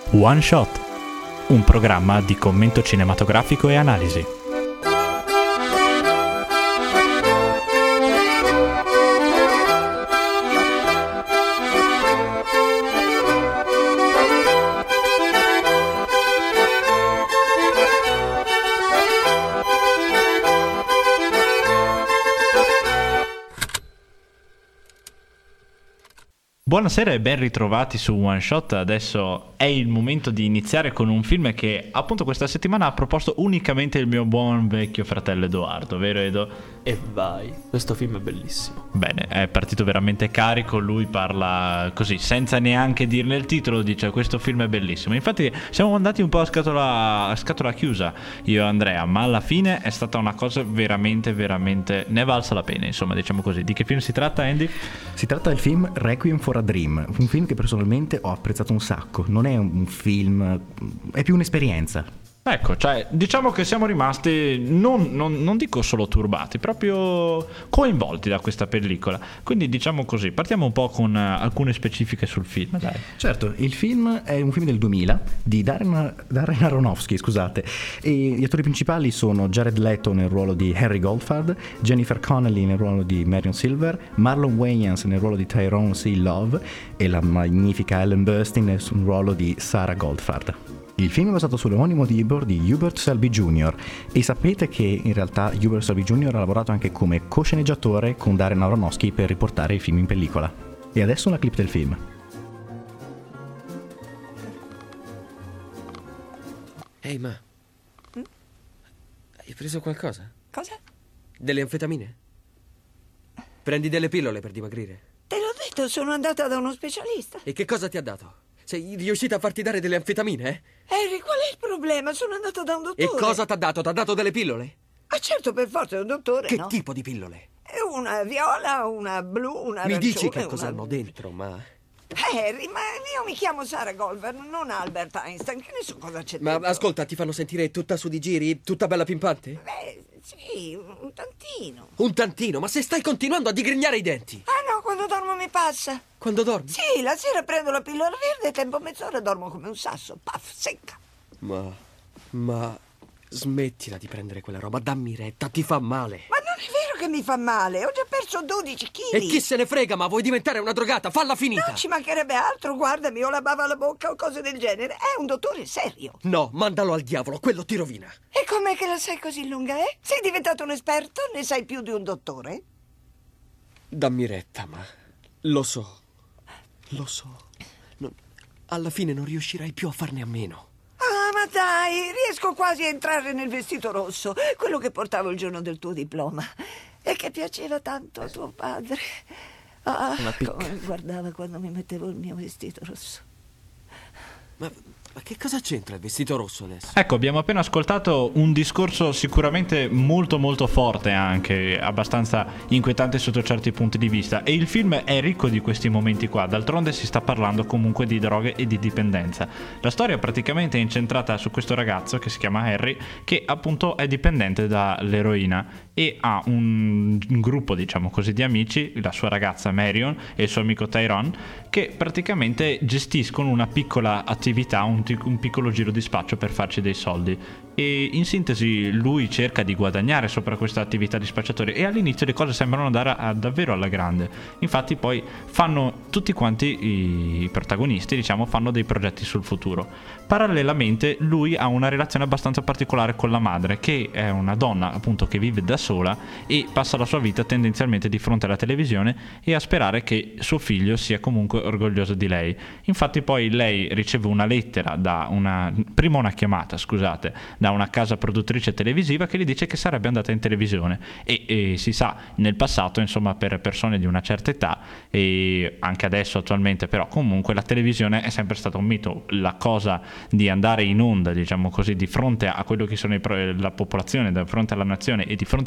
One Shot, un programma di commento cinematografico e analisi. Buonasera e ben ritrovati su One Shot. Adesso è il momento di iniziare con un film che appunto questa settimana ha proposto unicamente il mio buon vecchio fratello Edoardo, vero Edo? E vai, questo film è bellissimo. Bene, è partito veramente carico, lui parla così, senza neanche dirne il titolo, dice questo film è bellissimo. Infatti siamo andati un po' a scatola chiusa, io e Andrea, ma alla fine è stata una cosa veramente, ne è valsa la pena, insomma, diciamo così. Di che film si tratta, Andy? Si tratta del film Requiem for a Dream, un film che personalmente ho apprezzato un sacco. Non è un film, è più un'esperienza. Ecco, cioè, diciamo che siamo rimasti, non dico solo turbati, proprio coinvolti da questa pellicola. Quindi diciamo così, partiamo un po' con alcune specifiche sul film, dai. Certo, il film è un film del 2000 di Darren Aronofsky, scusate. E gli attori principali sono Jared Leto nel ruolo di Henry Goldfarb, Jennifer Connelly nel ruolo di Marion Silver, Marlon Wayans nel ruolo di Tyrone C. Love e la magnifica Ellen Burstyn nel ruolo di Sarah Goldfarb. Il film è basato sull'omonimo libro di Hubert Selby Jr. e sapete che in realtà Hubert Selby Jr. ha lavorato anche come co-sceneggiatore con Darren Aronofsky per riportare il film in pellicola. E adesso una clip del film. Ehi, ma hai preso qualcosa? Cosa? Delle anfetamine? Prendi delle pillole per dimagrire? Te l'ho detto, sono andata da uno specialista. E che cosa ti ha dato? Sei riuscita a farti dare delle anfetamine, eh? Harry, qual è il problema? Sono andata da un dottore. E cosa t'ha dato? T'ha dato delle pillole? Ah, certo, per forza è un dottore, Che no? tipo di pillole? Una viola, una blu, una Mi arancione, dici che cosa una... hanno dentro, ma... Harry, ma io mi chiamo Sarah Goldfarb, non Albert Einstein, che ne so cosa c'è Ma dentro. ascolta, ti fanno sentire tutta su di giri? Tutta bella pimpante? Beh, sì, un tantino. Un tantino, ma se stai continuando a digrignare i denti! Ah no, quando dormo mi passa. Quando dormi? Sì, la sera prendo la pillola verde e tempo mezz'ora dormo come un sasso, paf, secca. Ma... smettila di prendere quella roba, dammi retta, ti fa male. Ma non è vero che mi fa male, ho già perso 12 kg. E chi se ne frega, ma vuoi diventare una drogata? Falla finita! Non ci mancherebbe altro, guardami, ho la bava alla bocca o cose del genere. È un dottore serio. No, mandalo al diavolo, quello ti rovina. E com'è che la sai così lunga, eh? Sei diventato un esperto? Ne sai più di un dottore? Dammi retta, ma... Lo so. Alla fine non riuscirai più a farne a meno. Ah, ma dai, riesco quasi a entrare nel vestito rosso, quello che portavo il giorno del tuo diploma e che piaceva tanto a tuo padre. Ah, Una picca. come guardava quando mi mettevo il mio vestito rosso. Ma che cosa c'entra il vestito rosso adesso? Ecco, abbiamo appena ascoltato un discorso sicuramente molto forte, anche abbastanza inquietante sotto certi punti di vista, e il film è ricco di questi momenti qua. D'altronde si sta parlando comunque di droghe e di dipendenza. La storia praticamente è incentrata su questo ragazzo che si chiama Harry, che appunto è dipendente dall'eroina e ha un gruppo, diciamo così, di amici, la sua ragazza Marion e il suo amico Tyrone, che praticamente gestiscono una piccola attività, un piccolo giro di spaccio per farci dei soldi. E in sintesi lui cerca di guadagnare sopra questa attività di spacciatore e all'inizio le cose sembrano andare davvero alla grande. Infatti poi fanno tutti quanti i protagonisti, diciamo, fanno dei progetti sul futuro. Parallelamente lui ha una relazione abbastanza particolare con la madre, che è una donna appunto che vive da sola e passa la sua vita tendenzialmente di fronte alla televisione e a sperare che suo figlio sia comunque orgoglioso di lei. Infatti poi lei riceve una lettera da una chiamata, scusate, da una casa produttrice televisiva che gli dice che sarebbe andata in televisione e si sa, nel passato, insomma, per persone di una certa età e anche adesso attualmente, però comunque la televisione è sempre stata un mito. La cosa di andare in onda, diciamo così, di fronte a quello che sono la popolazione, di fronte alla nazione e di fronte ai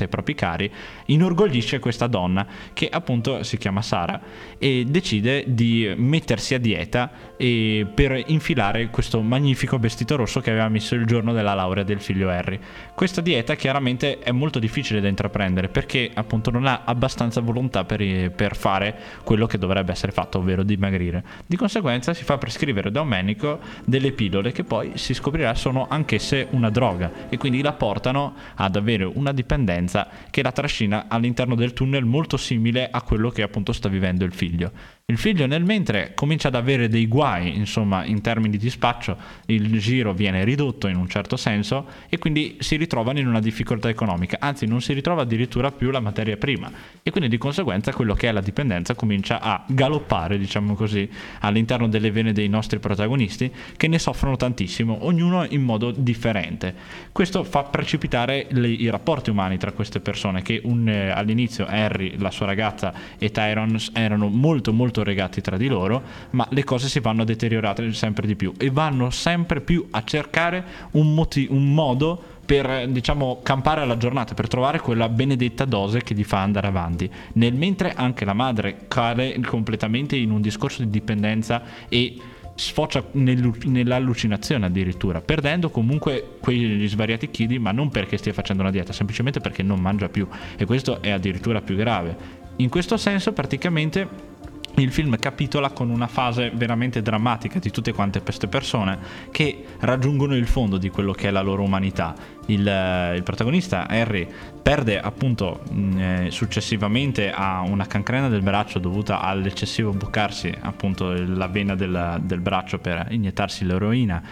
propri cari, inorgoglisce questa donna che appunto si chiama Sara e decide di mettersi a dieta per infilare questo magnifico vestito rosso che aveva messo il giorno della laurea del figlio Harry. Questa dieta chiaramente è molto difficile da intraprendere perché appunto non ha abbastanza volontà per fare quello che dovrebbe essere fatto, ovvero dimagrire. Di conseguenza si fa prescrivere da un medico delle pillole che poi si scoprirà sono anch'esse una droga e quindi la portano ad avere una dipendenza che la trascina all'interno del tunnel molto simile a quello che appunto sta vivendo il figlio. Il figlio nel mentre comincia ad avere dei guai, insomma, in termini di spaccio, il giro viene ridotto in un certo senso e quindi si ritrovano in una difficoltà economica, anzi non si ritrova addirittura più la materia prima e quindi di conseguenza quello che è la dipendenza comincia a galoppare, diciamo così, all'interno delle vene dei nostri protagonisti che ne soffrono tantissimo, ognuno in modo differente. Questo fa precipitare i rapporti umani tra queste persone che all'inizio Harry, la sua ragazza e Tyrone erano molto molto legati tra di loro, ma le cose si vanno a deteriorare sempre di più e vanno sempre più a cercare un modo per, diciamo, campare alla giornata, per trovare quella benedetta dose che gli fa andare avanti. Nel mentre anche la madre cade completamente in un discorso di dipendenza e sfocia nell'allucinazione addirittura, perdendo comunque quegli svariati chili, ma non perché stia facendo una dieta, semplicemente perché non mangia più, e questo è addirittura più grave. In questo senso praticamente il film capitola con una fase veramente drammatica di tutte quante queste persone che raggiungono il fondo di quello che è la loro umanità. Il protagonista Harry perde appunto successivamente a una cancrena del braccio dovuta all'eccessivo bucarsi appunto la vena del braccio per iniettarsi l'eroina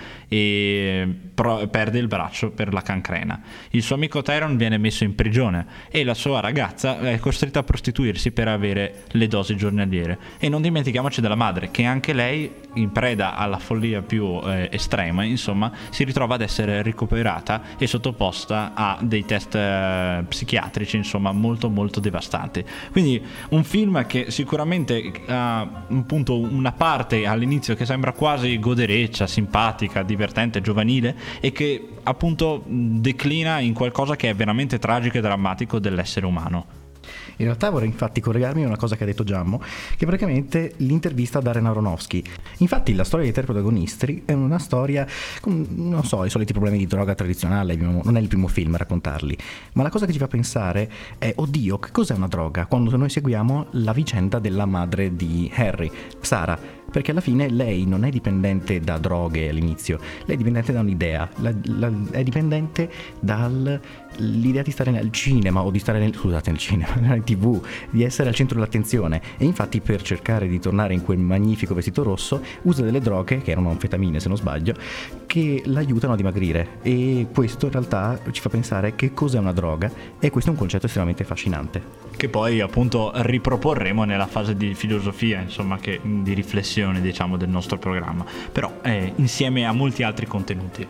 e perde il braccio per la cancrena. Il suo amico Tyrone viene messo in prigione e la sua ragazza è costretta a prostituirsi per avere le dosi giornaliere. E non dimentichiamoci della madre, che anche lei, in preda alla follia più estrema, insomma, si ritrova ad essere ricoverata e sottoposta a dei test psichiatrici, insomma, molto molto devastanti. Quindi un film che sicuramente ha appunto una parte all'inizio che sembra quasi godereccia, simpatica, divertente, giovanile e che appunto declina in qualcosa che è veramente tragico e drammatico dell'essere umano. In realtà vorrei infatti collegarmi a una cosa che ha detto Giammo, che è praticamente l'intervista a Darren Aronofsky. Infatti la storia dei tre protagonisti è una storia con, non so, i soliti problemi di droga tradizionale, non è il primo film a raccontarli, ma la cosa che ci fa pensare è, oddio, che cos'è una droga? Quando noi seguiamo la vicenda della madre di Harry, Sara, perché alla fine lei non è dipendente da droghe all'inizio, lei è dipendente da un'idea, è dipendente dall'idea di stare nel cinema o di stare nel cinema, nella TV, di essere al centro dell'attenzione, e infatti per cercare di tornare in quel magnifico vestito rosso usa delle droghe, che erano anfetamine se non sbaglio, che l'aiutano a dimagrire, e questo in realtà ci fa pensare che cos'è una droga, e questo è un concetto estremamente affascinante. Che poi appunto riproporremo nella fase di filosofia, insomma, di riflessione, diciamo, del nostro programma, però insieme a molti altri contenuti.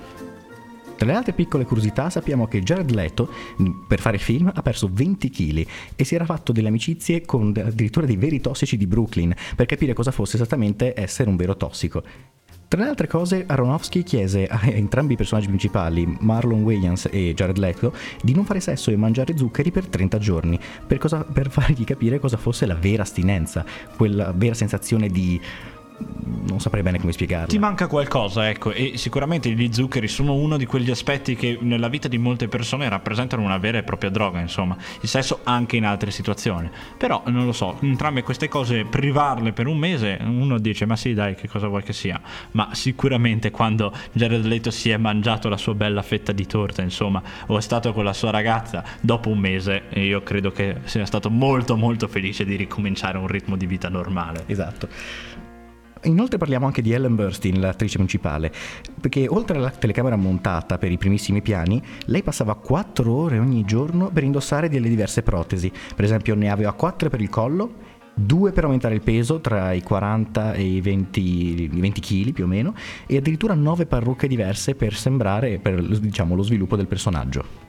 Tra le altre piccole curiosità sappiamo che Jared Leto per fare il film ha perso 20 kg e si era fatto delle amicizie con addirittura dei veri tossici di Brooklyn per capire cosa fosse esattamente essere un vero tossico. Tra le altre cose, Aronofsky chiese a entrambi i personaggi principali, Marlon Wayans e Jared Leto, di non fare sesso e mangiare zuccheri per 30 giorni, per fargli capire cosa fosse la vera astinenza, quella vera sensazione di... non saprei bene come spiegarla. Ti manca qualcosa, ecco, e sicuramente gli zuccheri sono uno di quegli aspetti che nella vita di molte persone rappresentano una vera e propria droga, insomma, il sesso anche in altre situazioni. Però non lo so, entrambe queste cose, privarle per un mese, uno dice ma sì dai, che cosa vuoi che sia, ma sicuramente quando Jared Leto si è mangiato la sua bella fetta di torta, insomma, o è stato con la sua ragazza, dopo un mese io credo che sia stato molto molto felice di ricominciare un ritmo di vita normale. Esatto. Inoltre parliamo anche di Ellen Burstyn, l'attrice principale, perché oltre alla telecamera montata per i primissimi piani, lei passava 4 ore ogni giorno per indossare delle diverse protesi. Per esempio ne aveva 4 per il collo, 2 per aumentare il peso tra i 40 e i 20 kg più o meno, e addirittura 9 parrucche diverse per sembrare, per, diciamo, lo sviluppo del personaggio.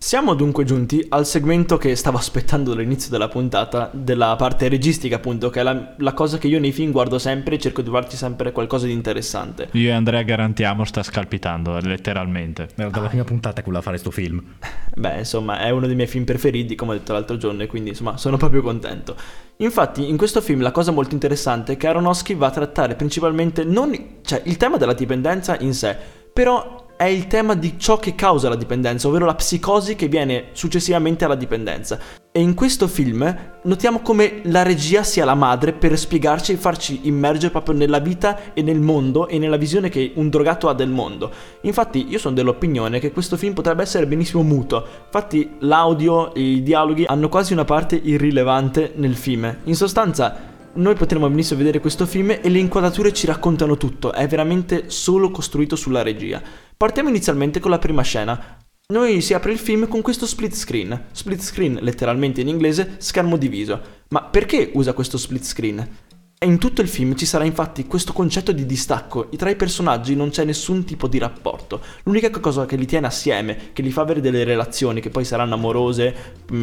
Siamo dunque giunti al segmento che stavo aspettando dall'inizio della puntata, della parte registica appunto, che è la cosa che io nei film guardo sempre e cerco di trovarci sempre qualcosa di interessante. Io e Andrea garantiamo sta scalpitando, letteralmente. Dalla prima puntata quella a fare sto film. Beh, insomma, è uno dei miei film preferiti, come ho detto l'altro giorno, e quindi insomma sono proprio contento. Infatti in questo film la cosa molto interessante è che Aronofsky va a trattare principalmente cioè il tema della dipendenza in sé, però è il tema di ciò che causa la dipendenza, ovvero la psicosi che viene successivamente alla dipendenza. E in questo film notiamo come la regia sia la madre per spiegarci e farci immergere proprio nella vita e nel mondo e nella visione che un drogato ha del mondo. Infatti io sono dell'opinione che questo film potrebbe essere benissimo muto. Infatti l'audio e i dialoghi hanno quasi una parte irrilevante nel film. In sostanza noi potremmo benissimo vedere questo film e le inquadrature ci raccontano tutto, è veramente solo costruito sulla regia. Partiamo inizialmente con la prima scena. Noi si apre il film con questo split screen, letteralmente in inglese schermo diviso. Ma perché usa questo split screen? E in tutto il film ci sarà infatti questo concetto di distacco, tra i personaggi non c'è nessun tipo di rapporto, l'unica cosa che li tiene assieme, che li fa avere delle relazioni che poi saranno amorose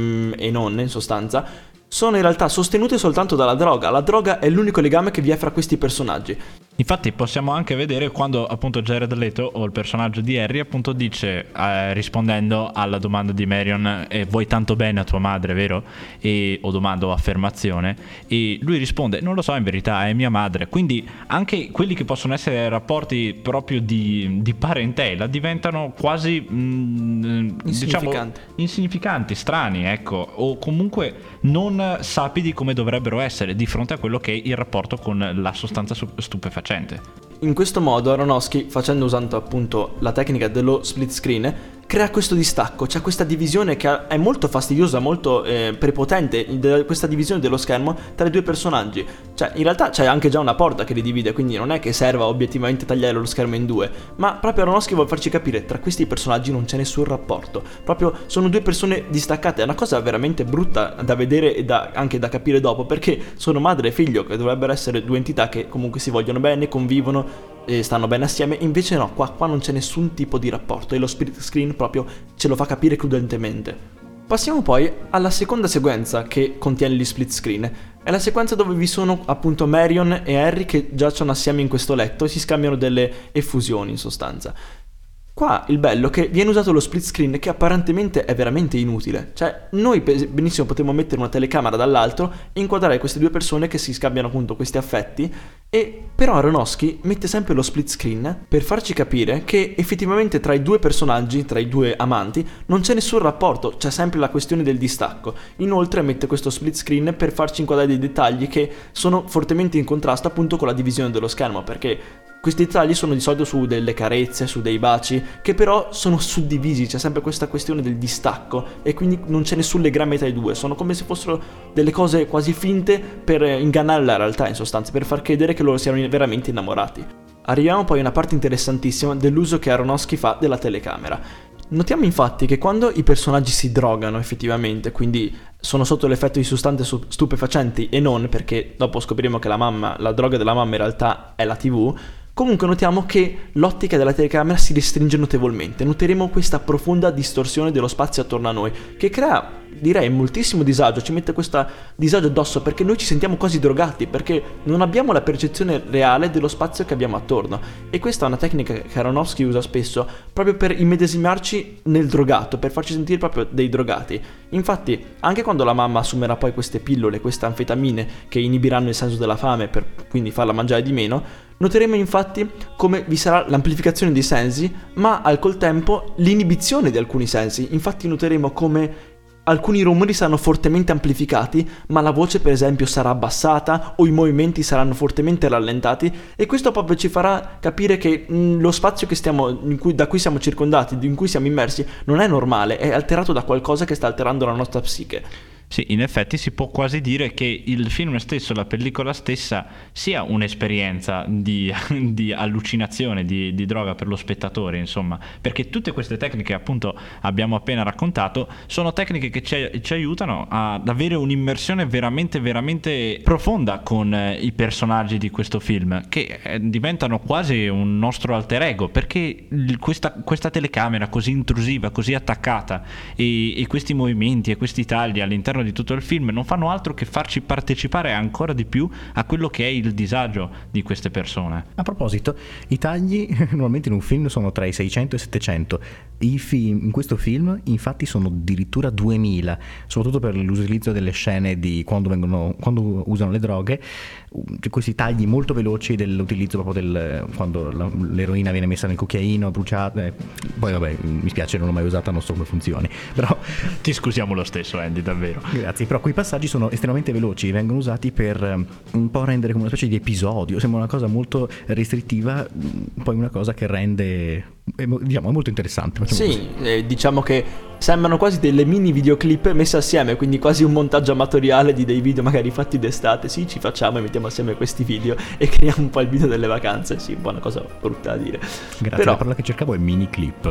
e non in sostanza, sono in realtà sostenute soltanto dalla droga. La droga è l'unico legame che vi è fra questi personaggi. Infatti possiamo anche vedere quando appunto Jared Leto o il personaggio di Harry appunto dice rispondendo alla domanda di Marion vuoi tanto bene a tua madre, vero? O domanda o affermazione, e lui risponde non lo so, in verità è mia madre. Quindi anche quelli che possono essere rapporti proprio di parentela diventano quasi insignificanti. diciamo insignificanti, strani, ecco, o comunque non sapidi come dovrebbero essere di fronte a quello che è il rapporto con la sostanza stupefacente. In questo modo Aronofsky, usando appunto la tecnica dello split screen, crea questo distacco, c'è questa divisione che è molto fastidiosa, molto prepotente, questa divisione dello schermo tra i due personaggi. Cioè in realtà c'è anche già una porta che li divide, quindi non è che serva obiettivamente tagliare lo schermo in due, ma proprio Aronofsky vuole farci capire tra questi personaggi non c'è nessun rapporto, proprio sono due persone distaccate. È una cosa veramente brutta da vedere e anche da capire dopo, perché sono madre e figlio, che dovrebbero essere due entità che comunque si vogliono bene, convivono e stanno bene assieme, invece no, qua non c'è nessun tipo di rapporto e lo split screen proprio ce lo fa capire crudentemente. Passiamo poi alla seconda sequenza che contiene gli split screen. È la sequenza dove vi sono appunto Marion e Harry che giacciono assieme in questo letto e si scambiano delle effusioni in sostanza. Qua il bello è che viene usato lo split screen che apparentemente è veramente inutile. Cioè noi benissimo potremmo mettere una telecamera dall'altro e inquadrare queste due persone che si scambiano appunto questi affetti, e però Aronofsky mette sempre lo split screen per farci capire che effettivamente tra i due personaggi, tra i due amanti, non c'è nessun rapporto, c'è sempre la questione del distacco. Inoltre mette questo split screen per farci inquadrare dei dettagli che sono fortemente in contrasto appunto con la divisione dello schermo, perché questi dettagli sono di solito su delle carezze, su dei baci, che però sono suddivisi, c'è sempre questa questione del distacco e quindi non c'è nessun legame tra i due, sono come se fossero delle cose quasi finte per ingannare la realtà in sostanza, per far credere che loro siano veramente innamorati. Arriviamo poi a una parte interessantissima dell'uso che Aronofsky fa della telecamera. Notiamo infatti che quando i personaggi si drogano effettivamente, quindi sono sotto l'effetto di sostanze stupefacenti e non, perché dopo scopriremo che la droga della mamma in realtà è la TV, comunque notiamo che l'ottica della telecamera si restringe notevolmente. Noteremo questa profonda distorsione dello spazio attorno a noi, che crea, direi, moltissimo disagio, ci mette questo disagio addosso perché noi ci sentiamo quasi drogati, perché non abbiamo la percezione reale dello spazio che abbiamo attorno. E questa è una tecnica che Aronofsky usa spesso proprio per immedesimarci nel drogato, per farci sentire proprio dei drogati. Infatti anche quando la mamma assumerà poi queste pillole, queste anfetamine che inibiranno il senso della fame per quindi farla mangiare di meno, noteremo infatti come vi sarà l'amplificazione dei sensi, ma al col tempo l'inibizione di alcuni sensi. Infatti noteremo come alcuni rumori saranno fortemente amplificati, ma la voce per esempio sarà abbassata o i movimenti saranno fortemente rallentati, e questo proprio ci farà capire che lo spazio che da cui siamo circondati, in cui siamo immersi, non è normale, è alterato da qualcosa che sta alterando la nostra psiche. Sì, in effetti si può quasi dire che il film stesso, la pellicola stessa, sia un'esperienza di allucinazione, di droga per lo spettatore, insomma, perché tutte queste tecniche, appunto, abbiamo appena raccontato, sono tecniche che ci aiutano ad avere un'immersione veramente, veramente profonda con i personaggi di questo film, che diventano quasi un nostro alter ego, perché questa telecamera così intrusiva, così attaccata, e questi movimenti e questi tagli all'interno di tutto il film non fanno altro che farci partecipare ancora di più a quello che è il disagio di queste persone. A proposito, i tagli normalmente in un film sono tra i 600 e i 700. In questo film infatti sono addirittura 2000, soprattutto per l'utilizzo delle scene di quando usano le droghe, questi tagli molto veloci dell'utilizzo proprio quando l'eroina viene messa nel cucchiaino, bruciata. Poi vabbè, mi spiace, non l'ho mai usata, non so come funzioni, però ti scusiamo lo stesso, Andy, davvero. Grazie, però quei passaggi sono estremamente veloci, vengono usati per un po' rendere come una specie di episodio, sembra una cosa molto restrittiva, poi una cosa che rende, diciamo, molto interessante. Sì, diciamo che sembrano quasi delle mini videoclip messe assieme, quindi quasi un montaggio amatoriale di dei video magari fatti d'estate. Sì, ci facciamo e mettiamo assieme questi video e creiamo un po' il video delle vacanze. Sì, un po' una cosa brutta da dire. Grazie, la parola che cercavo è mini clip.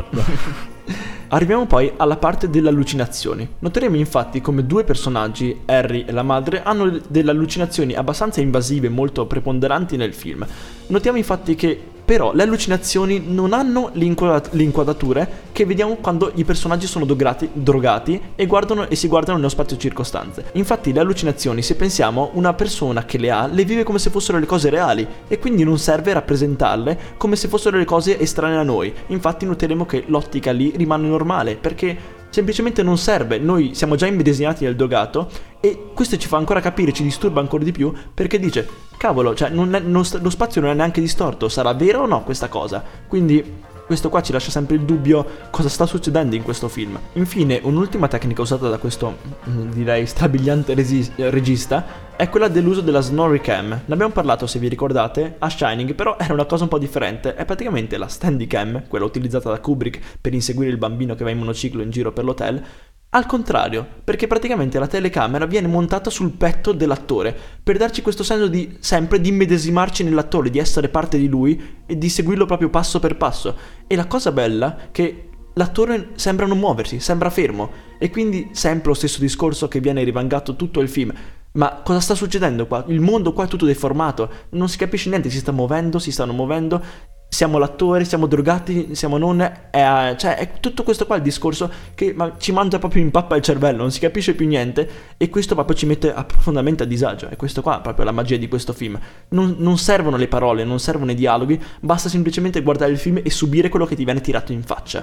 Arriviamo poi alla parte delle allucinazioni. Noteremo infatti come due personaggi, Harry e la madre, hanno delle allucinazioni abbastanza invasive, molto preponderanti nel film. Notiamo infatti che però le allucinazioni non hanno le inquadrature che vediamo quando i personaggi sono drogati e si guardano nello spazio circostante. Infatti le allucinazioni, se pensiamo, una persona che le ha le vive come se fossero le cose reali e quindi non serve rappresentarle come se fossero le cose estranee a noi. Infatti noteremo che l'ottica lì rimane normale perché semplicemente non serve, noi siamo già immedesimati nel drogato e questo ci fa ancora capire, ci disturba ancora di più perché dice, cavolo, cioè lo spazio non è neanche distorto, sarà vero o no questa cosa? Quindi questo qua ci lascia sempre il dubbio cosa sta succedendo in questo film. Infine, un'ultima tecnica usata da questo, direi, strabiliante regista è quella dell'uso della Snorri Cam. Ne abbiamo parlato, se vi ricordate, a Shining, però era una cosa un po' differente. È praticamente la Standy Cam, quella utilizzata da Kubrick per inseguire il bambino che va in monociclo in giro per l'hotel. Al contrario, perché praticamente la telecamera viene montata sul petto dell'attore per darci questo senso di sempre di immedesimarci nell'attore, di essere parte di lui e di seguirlo proprio passo per passo. E la cosa bella è che l'attore sembra non muoversi, sembra fermo e quindi sempre lo stesso discorso che viene rivangato tutto il film. Ma cosa sta succedendo qua? Il mondo qua è tutto deformato, non si capisce niente, si stanno muovendo. Siamo l'attore, siamo drogati, siamo non... cioè è tutto questo qua il discorso che ci mangia proprio in pappa il cervello, non si capisce più niente e questo proprio ci mette profondamente a disagio. E questo qua è proprio la magia di questo film. Non servono le parole, non servono i dialoghi, basta semplicemente guardare il film e subire quello che ti viene tirato in faccia.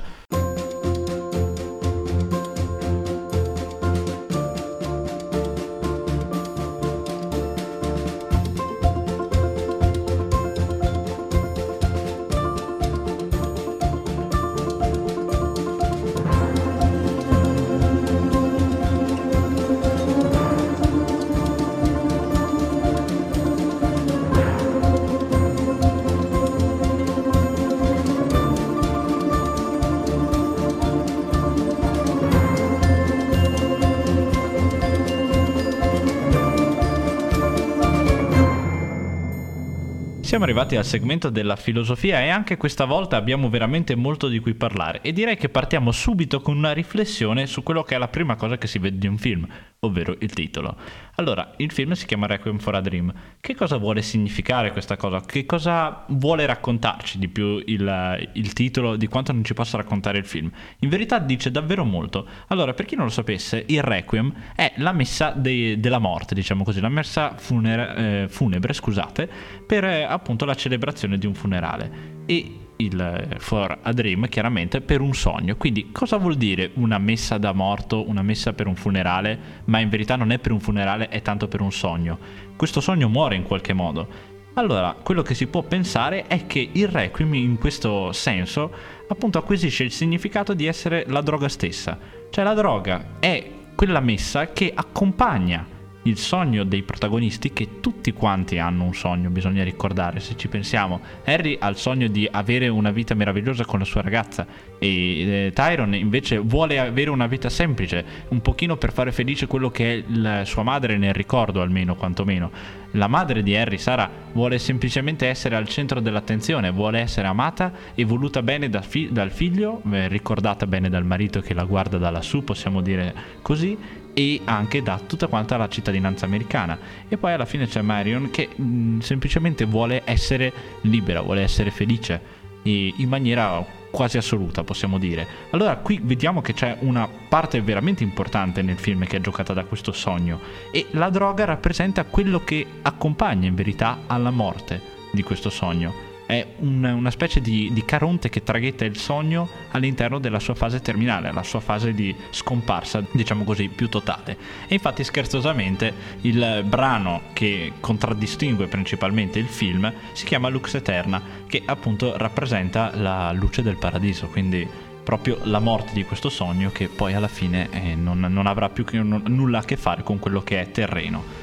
Siamo arrivati al segmento della filosofia e anche questa volta abbiamo veramente molto di cui parlare e direi che partiamo subito con una riflessione su quello che è la prima cosa che si vede di un film, ovvero il titolo. Allora, il film si chiama Requiem for a Dream. Che cosa vuole significare questa cosa? Che cosa vuole raccontarci di più il titolo di quanto non ci possa raccontare il film? In verità dice davvero molto. Allora, per chi non lo sapesse, il Requiem è la messa della morte, diciamo così, la messa funebre, scusate, per appunto la celebrazione di un funerale. E il For a Dream chiaramente per un sogno. Quindi cosa vuol dire una messa da morto, una messa per un funerale, ma in verità non è per un funerale, è tanto per un sogno? Questo sogno muore in qualche modo. Allora, quello che si può pensare è che il Requiem in questo senso appunto acquisisce il significato di essere la droga stessa. Cioè la droga è quella messa che accompagna il sogno dei protagonisti, che tutti quanti hanno un sogno, bisogna ricordare, se ci pensiamo. Harry ha il sogno di avere una vita meravigliosa con la sua ragazza e Tyrone invece vuole avere una vita semplice, un pochino per fare felice quello che è la sua madre nel ricordo, almeno quantomeno. La madre di Harry, Sara, vuole semplicemente essere al centro dell'attenzione, vuole essere amata e voluta bene dal figlio, ricordata bene dal marito che la guarda da lassù, possiamo dire così, e anche da tutta quanta la cittadinanza americana. E poi alla fine c'è Marion che semplicemente vuole essere libera, vuole essere felice, e in maniera quasi assoluta, possiamo dire. Allora qui vediamo che c'è una parte veramente importante nel film che è giocata da questo sogno, e la droga rappresenta quello che accompagna in verità alla morte di questo sogno. È una specie di Caronte che traghetta il sogno all'interno della sua fase terminale, la sua fase di scomparsa, diciamo così, più totale. E infatti, scherzosamente, il brano che contraddistingue principalmente il film si chiama Lux Eterna, che appunto rappresenta la luce del paradiso, quindi proprio la morte di questo sogno che poi alla fine non avrà più nulla a che fare con quello che è terreno.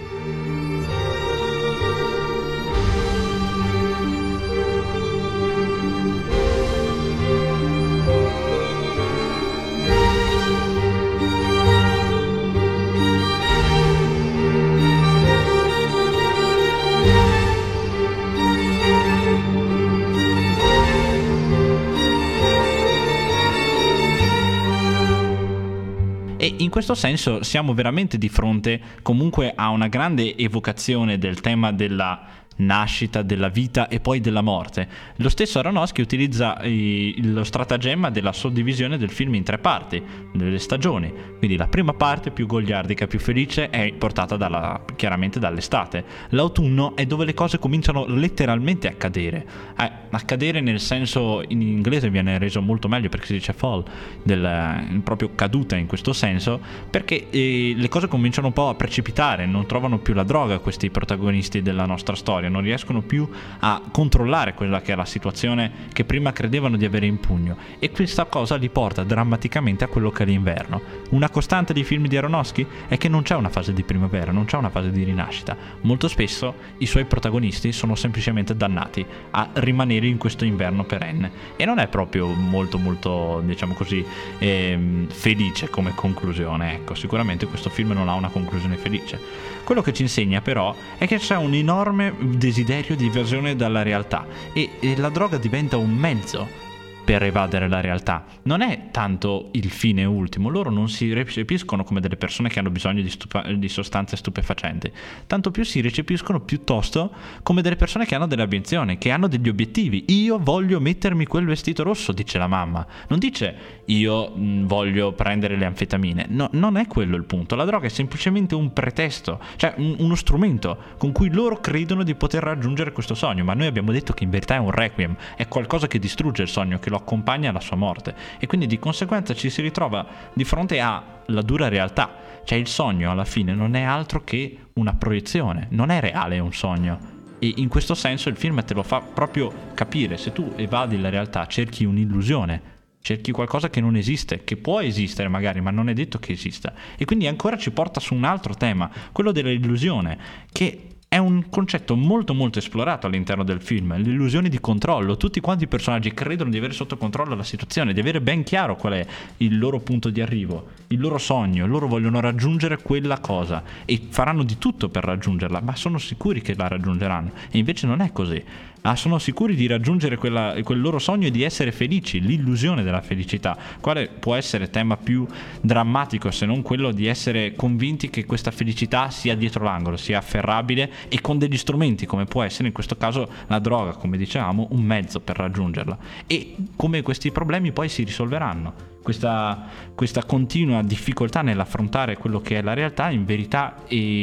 E in questo senso siamo veramente di fronte comunque a una grande evocazione del tema della nascita, della vita e poi della morte. Lo stesso Aronofsky utilizza lo stratagemma della suddivisione del film in 3 parti, nelle stagioni. Quindi la prima parte, più goliardica, più felice, è portata chiaramente dall'estate. L'autunno è dove le cose cominciano letteralmente a cadere. Accadere nel senso, in inglese viene reso molto meglio perché si dice fall, proprio caduta in questo senso, perché le cose cominciano un po' a precipitare, non trovano più la droga questi protagonisti della nostra storia, non riescono più a controllare quella che è la situazione che prima credevano di avere in pugno, e questa cosa li porta drammaticamente a quello che è l'inverno. Una costante dei film di Aronofsky è che non c'è una fase di primavera, non c'è una fase di rinascita. Molto spesso i suoi protagonisti sono semplicemente dannati a rimanere in questo inverno perenne, e non è proprio molto diciamo così felice come conclusione. Ecco, sicuramente questo film non ha una conclusione felice. Quello che ci insegna però è che c'è un enorme desiderio di evasione dalla realtà, e la droga diventa un mezzo per evadere la realtà. Non è tanto il fine ultimo, loro non si recepiscono come delle persone che hanno bisogno di sostanze stupefacenti, tanto più si recepiscono piuttosto come delle persone che hanno delle ambizioni, che hanno degli obiettivi. Io voglio mettermi quel vestito rosso, dice la mamma, non dice io voglio prendere le anfetamine. No, non è quello il punto. La droga è semplicemente un pretesto, cioè uno strumento con cui loro credono di poter raggiungere questo sogno, ma noi abbiamo detto che in verità è un requiem, è qualcosa che distrugge il sogno, che lo accompagna alla sua morte, e quindi di conseguenza ci si ritrova di fronte alla dura realtà. Cioè il sogno alla fine non è altro che una proiezione, non è reale, è un sogno, e in questo senso il film te lo fa proprio capire. Se tu evadi la realtà, cerchi un'illusione, cerchi qualcosa che non esiste, che può esistere magari, ma non è detto che esista, e quindi ancora ci porta su un altro tema, quello dell'illusione, che è un concetto molto esplorato all'interno del film, l'illusione di controllo. Tutti quanti i personaggi credono di avere sotto controllo la situazione, di avere ben chiaro qual è il loro punto di arrivo, il loro sogno. Loro vogliono raggiungere quella cosa e faranno di tutto per raggiungerla, ma sono sicuri che la raggiungeranno, e invece non è così. Sono sicuri di raggiungere quel loro sogno e di essere felici, l'illusione della felicità, quale può essere tema più drammatico se non quello di essere convinti che questa felicità sia dietro l'angolo, sia afferrabile, e con degli strumenti come può essere in questo caso la droga, come dicevamo, un mezzo per raggiungerla, e come questi problemi poi si risolveranno. Questa continua difficoltà nell'affrontare quello che è la realtà in verità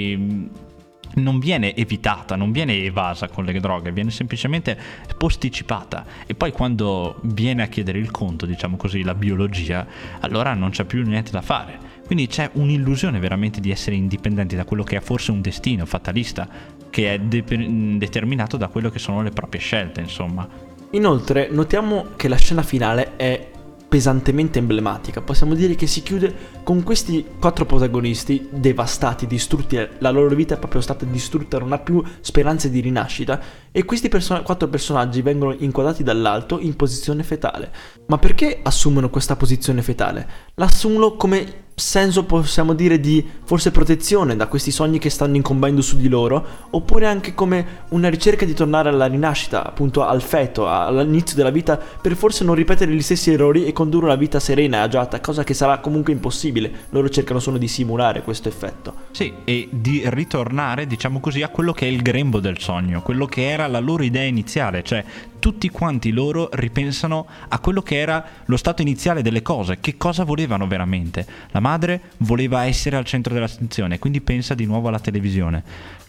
non viene evitata, non viene evasa con le droghe, viene semplicemente posticipata, e poi quando viene a chiedere il conto, diciamo così, la biologia, allora non c'è più niente da fare. Quindi c'è un'illusione veramente di essere indipendenti da quello che è forse un destino fatalista, che è determinato da quello che sono le proprie scelte, insomma. Inoltre notiamo che la scena finale è pesantemente emblematica. Possiamo dire che si chiude con questi 4 protagonisti devastati, distrutti, la loro vita è proprio stata distrutta, non ha più speranze di rinascita, e questi 4 personaggi vengono inquadrati dall'alto in posizione fetale. Ma perché assumono questa posizione fetale? L'assumono come senso, possiamo dire, di forse protezione da questi sogni che stanno incombendo su di loro, oppure anche come una ricerca di tornare alla rinascita, appunto al feto, all'inizio della vita, per forse non ripetere gli stessi errori e condurre una vita serena e agiata, cosa che sarà comunque impossibile. Loro cercano solo di simulare questo effetto. Sì, e di ritornare, diciamo così, a quello che è il grembo del sogno, quello che era la loro idea iniziale, cioè tutti quanti loro ripensano a quello che era lo stato iniziale delle cose, che cosa volevano veramente. La madre voleva essere al centro dell'attenzione, quindi pensa di nuovo alla televisione.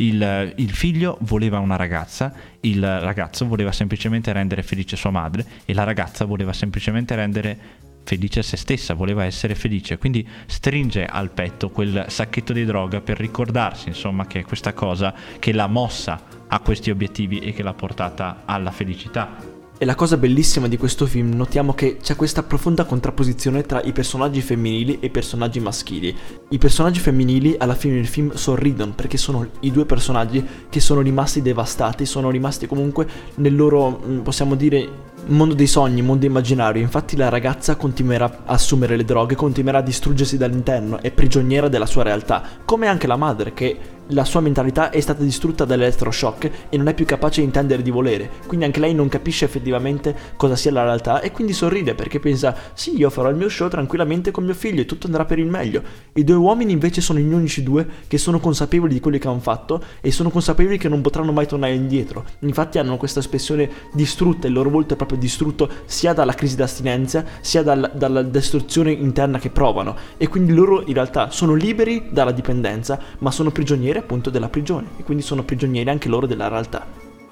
Il figlio voleva una ragazza, il ragazzo voleva semplicemente rendere felice sua madre e la ragazza voleva semplicemente rendere felice se stessa, voleva essere felice, quindi stringe al petto quel sacchetto di droga per ricordarsi, insomma, che è questa cosa che l'ha mossa a questi obiettivi e che l'ha portata alla felicità. E la cosa bellissima di questo film, notiamo che c'è questa profonda contrapposizione tra i personaggi femminili e i personaggi maschili. I personaggi femminili alla fine del film sorridono perché sono i 2 personaggi che sono rimasti devastati, sono rimasti comunque nel loro, possiamo dire, mondo dei sogni, mondo immaginario. Infatti la ragazza continuerà a assumere le droghe, continuerà a distruggersi dall'interno, è prigioniera della sua realtà, come anche la madre, che la sua mentalità è stata distrutta dall'elettroshock e non è più capace di intendere di volere, quindi anche lei non capisce effettivamente cosa sia la realtà e quindi sorride perché pensa: sì, io farò il mio show tranquillamente con mio figlio e tutto andrà per il meglio. I 2 uomini invece sono gli unici 2 che sono consapevoli di quello che hanno fatto e sono consapevoli che non potranno mai tornare indietro. Infatti hanno questa espressione distrutta, il loro volto è proprio distrutto sia dalla crisi d'astinenza sia dalla distruzione interna che provano, e quindi loro in realtà sono liberi dalla dipendenza ma sono prigionieri appunto della prigione e quindi sono prigionieri anche loro della realtà.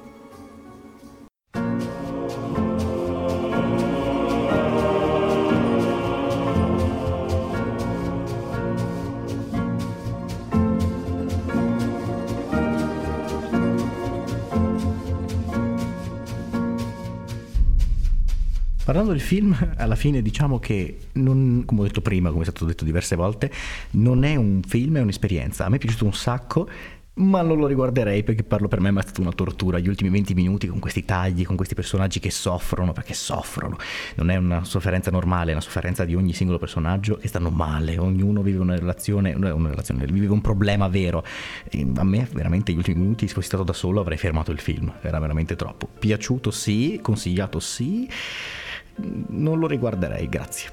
Parlando del film, alla fine diciamo che, non, come ho detto prima, come è stato detto diverse volte, non è un film, è un'esperienza. A me è piaciuto un sacco, ma non lo riguarderei perché parlo per me, ma è stata una tortura. Gli ultimi 20 minuti con questi tagli, con questi personaggi che soffrono, perché soffrono. Non è una sofferenza normale, è una sofferenza di ogni singolo personaggio che stanno male. Ognuno vive una relazione, vive un problema vero. E a me veramente gli ultimi minuti, se fossi stato da solo, avrei fermato il film. Era veramente troppo. Piaciuto sì, consigliato sì. Non lo riguarderei, grazie.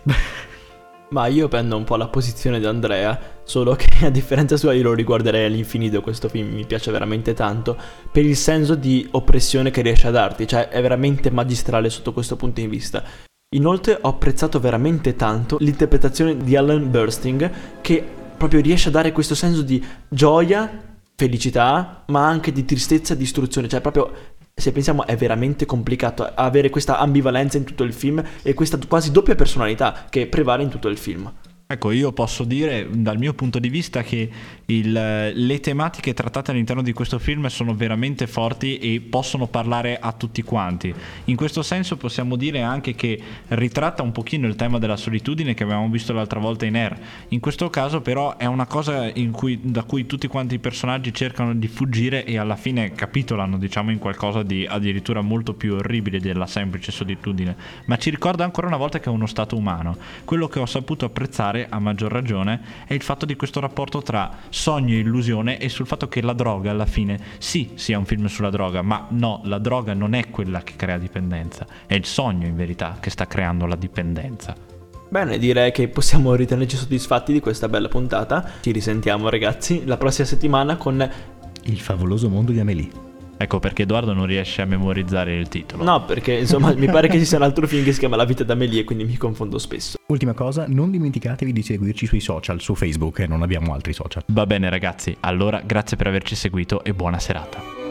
Ma io prendo un po' la posizione di Andrea, solo che a differenza sua io lo riguarderei all'infinito. Questo film mi piace veramente tanto per il senso di oppressione che riesce a darti, cioè è veramente magistrale sotto questo punto di vista. Inoltre ho apprezzato veramente tanto l'interpretazione di Ellen Burstyn, che proprio riesce a dare questo senso di gioia, felicità, ma anche di tristezza e distruzione, cioè proprio, se pensiamo, è veramente complicato avere questa ambivalenza in tutto il film e questa quasi doppia personalità che prevale in tutto il film. Ecco, io posso dire dal mio punto di vista che le tematiche trattate all'interno di questo film sono veramente forti e possono parlare a tutti quanti. In questo senso possiamo dire anche che ritratta un pochino il tema della solitudine che avevamo visto l'altra volta in Air. In questo caso però è una cosa da cui tutti quanti i personaggi cercano di fuggire e alla fine capitolano, diciamo, in qualcosa di addirittura molto più orribile della semplice solitudine, ma ci ricorda ancora una volta che è uno stato umano. Quello che ho saputo apprezzare a maggior ragione è il fatto di questo rapporto tra sogno e illusione e sul fatto che la droga alla fine sì sia un film sulla droga, ma no, la droga non è quella che crea dipendenza, è il sogno in verità che sta creando la dipendenza. Bene, direi che possiamo ritenerci soddisfatti di questa bella puntata. Ci risentiamo ragazzi la prossima settimana con Il favoloso mondo di Amélie. Ecco perché Edoardo non riesce a memorizzare il titolo. No, perché insomma mi pare che ci sia un altro film che si chiama La vita d'Amélie e quindi mi confondo spesso. Ultima cosa, non dimenticatevi di seguirci sui social, su Facebook, non abbiamo altri social. Va bene ragazzi, allora grazie per averci seguito e buona serata.